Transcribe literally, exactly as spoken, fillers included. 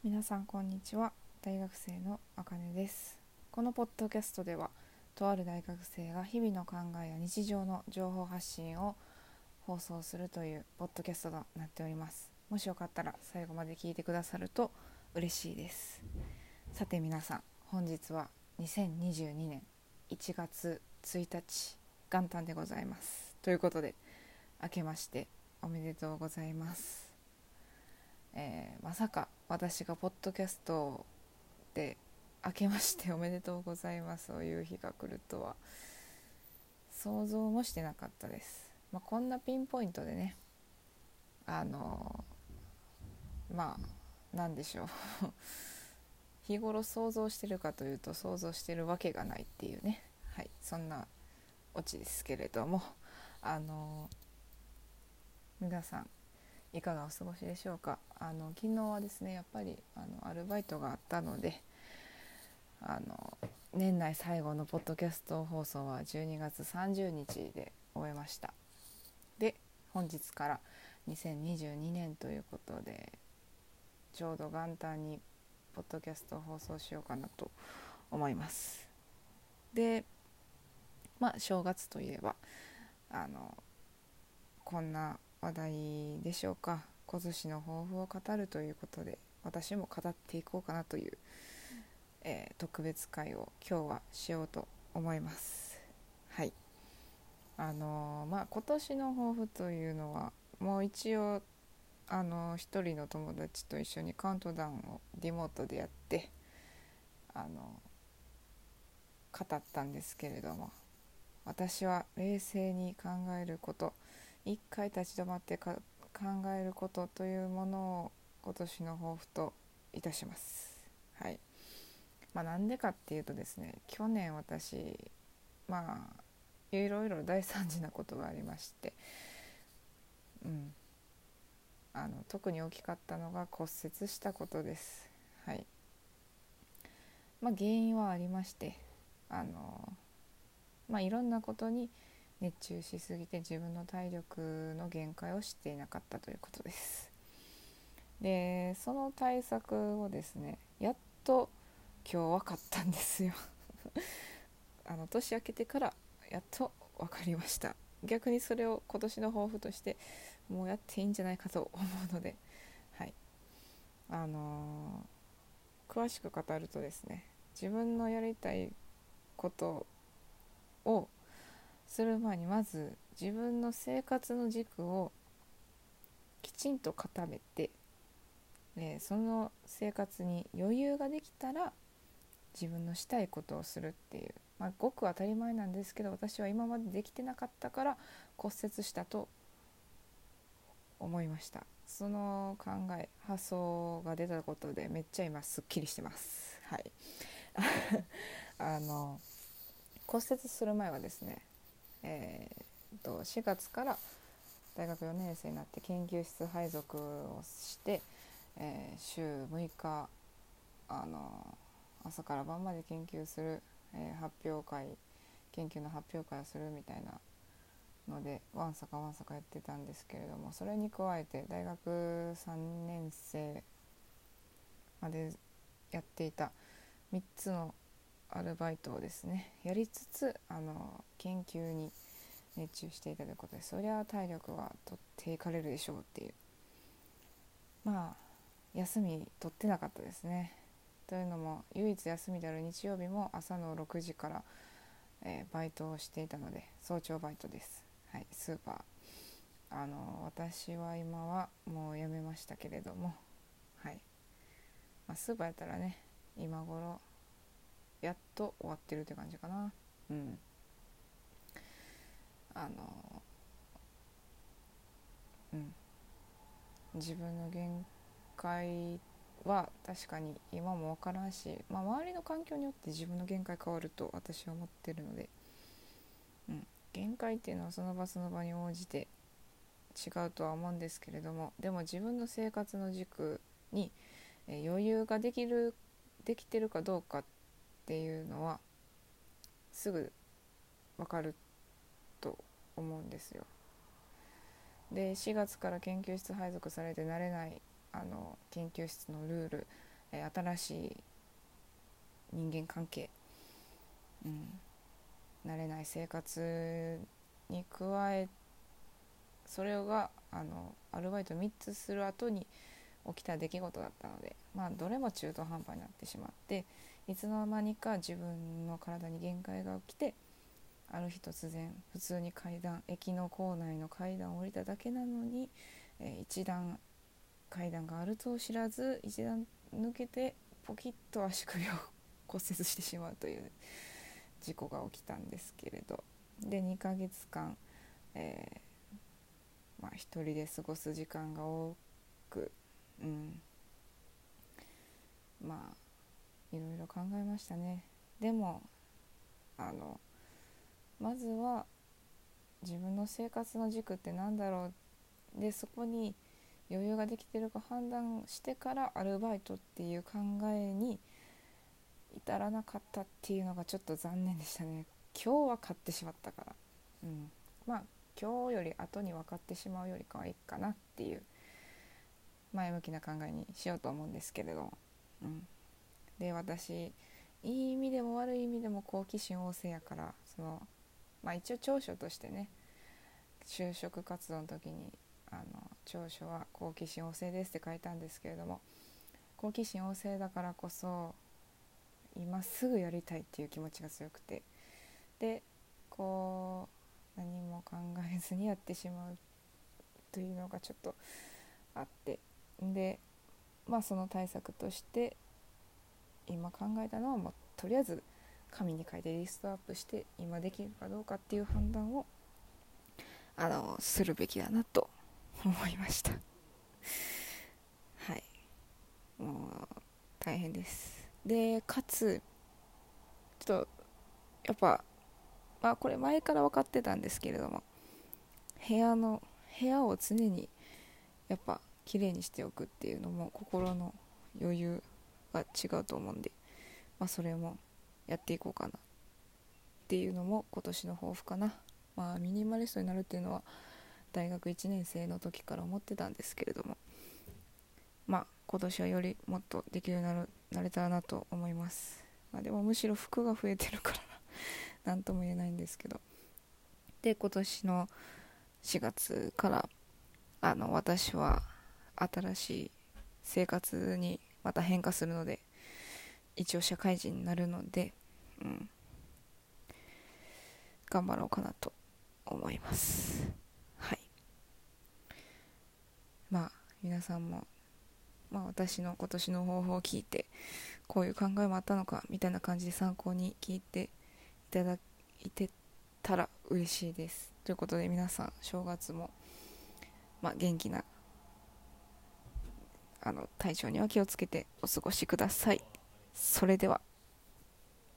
皆さんこんにちは。大学生のあかねです。このポッドキャストでは、とある大学生が日々の考えや日常の情報発信を放送するというポッドキャストとなっております。もしよかったら最後まで聞いてくださると嬉しいです。さて皆さん、本日はにせんにじゅうにねんいちがつついたち元旦でございます。ということで、明けましておめでとうございます。えーまさか私がポッドキャストで明けましておめでとうございますという日が来るとは想像もしてなかったです。まあ、こんなピンポイントでね、あのーまあなんでしょう日頃想像してるかというと想像してるわけがないっていうね、はい、そんなオチですけれども、あのー皆さんいかがお過ごしでしょうか。あの昨日はですね、やっぱりあのアルバイトがあったので、あの年内最後のポッドキャスト放送はじゅうにがつさんじゅうにちで終えました。で、本日からにせんにじゅうにねんということで、ちょうど元旦にポッドキャストを放送しようかなと思います。で、まあ正月といえばあのこんな話題でしょうか。今年の抱負を語るということで、私も語っていこうかなという、えー特別会を今日はしようと思います。はい。あのーまあ今年の抱負というのは、もう一応あの一人の友達と一緒にカウントダウンをリモートでやって、あの語ったんですけれども、私は冷静に考えること、一回立ち止まってか考えることというものを今年の抱負といたします。はい。まあなんでかっていうとですね、去年私まあいろいろ大惨事なことがありまして、うん、あの特に大きかったのが骨折したことです。はい。まあ原因はありまして、あのまあいろんなことに熱中しすぎて自分の体力の限界を知っていなかったということです。で、その対策をですね、やっと今日分かったんですよ。あの年明けてからやっと分かりました。逆にそれを今年の抱負としてもうやっていいんじゃないかと思うので、はい、あのー詳しく語るとですね、自分のやりたいことをする前に、まず自分の生活の軸をきちんと固めて、でその生活に余裕ができたら自分のしたいことをするっていう、まあ、ごく当たり前なんですけど、私は今までできてなかったから骨折したと思いました。その考え発想が出たことでめっちゃ今すっきりしてます。はいあの骨折する前はですね、えー、としがつから大学よねん生になって研究室配属をして、えー週むいかあの朝から晩まで研究する、えー発表会研究の発表会をするみたいなのでわんさかわんさかやってたんですけれども、それに加えて大学さんねん生までやっていたみっつのアルバイトをですねやりつつ、あの研究に熱中していたということで、そりゃ体力は取っていかれるでしょうっていう、まあ休み取ってなかったですね。というのも唯一休みである日曜日も朝のろくじから、えーバイトをしていたので、早朝バイトです。はい、スーパー、あの私は今はもう辞めましたけれども、はい、まあ、スーパーやったらね、今頃やっと終わってるって感じかな。うん。あのうん自分の限界は確かに今も分からんし、まあ、周りの環境によって自分の限界変わると私は思ってるので、うん、限界っていうのはその場その場に応じて違うとは思うんですけれども、でも自分の生活の軸にえ余裕ができるできてるかどうかっていうのはすぐ分かると思うんですよ。でしがつから研究室配属されて慣れないあの研究室のルールえー、新しい人間関係、うん、慣れない生活に加え、それがあのアルバイトみっつする後に起きた出来事だったので、まあどれも中途半端になってしまって、いつの間にか自分の体に限界が起きて、ある日突然普通に階段、駅の構内の階段を降りただけなのに、えー、一段階段があると知らず一段抜けてポキッと足首を骨折してしまうという事故が起きたんですけれど、でにかげつかん、えーまあ、一人で過ごす時間が多く、うん、まあいろいろ考えましたね。でもあのまずは自分の生活の軸って何だろう、でそこに余裕ができてるか判断してからアルバイトっていう考えに至らなかったっていうのがちょっと残念でしたね。今日は買ってしまったから、うん、まあ今日より後に分かってしまうよりかはいいかなっていう前向きな考えにしようと思うんですけれども、うん、で私いい意味でも悪い意味でも好奇心旺盛やから、そのまあ一応長所としてね、就職活動の時にあの長所は好奇心旺盛ですって書いたんですけれども、好奇心旺盛だからこそ今すぐやりたいっていう気持ちが強くて、でこう何も考えずにやってしまうというのがちょっとあって、でまあその対策として今考えたのは、もうとりあえず紙に書いてリストアップして今できるかどうかっていう判断をあのするべきだなと思いました。はい、もう大変です。でかつちょっとやっぱまあこれ前から分かってたんですけれども、部屋の部屋を常にやっぱ綺麗にしておくっていうのも心の余裕が違うと思うんで、まあ、それもやっていこうかなっていうのも今年の抱負かな。まあミニマリストになるっていうのは大学いちねん生の時から思ってたんですけれども、まあ今年はよりもっとできるようになるなれたらなと思います。まあ、でもむしろ服が増えてるからななんとも言えないんですけど、で今年のしがつからあの私は新しい生活にまた変化するので、一応社会人になるので、うん、頑張ろうかなと思います。はい。まあ皆さんも、まあ、私の今年の抱負を聞いてこういう考えもあったのかみたいな感じで参考に聞いていただいてたら嬉しいです。ということで皆さん正月も、まあ、元気なあの体調には気をつけてお過ごしください。それでは。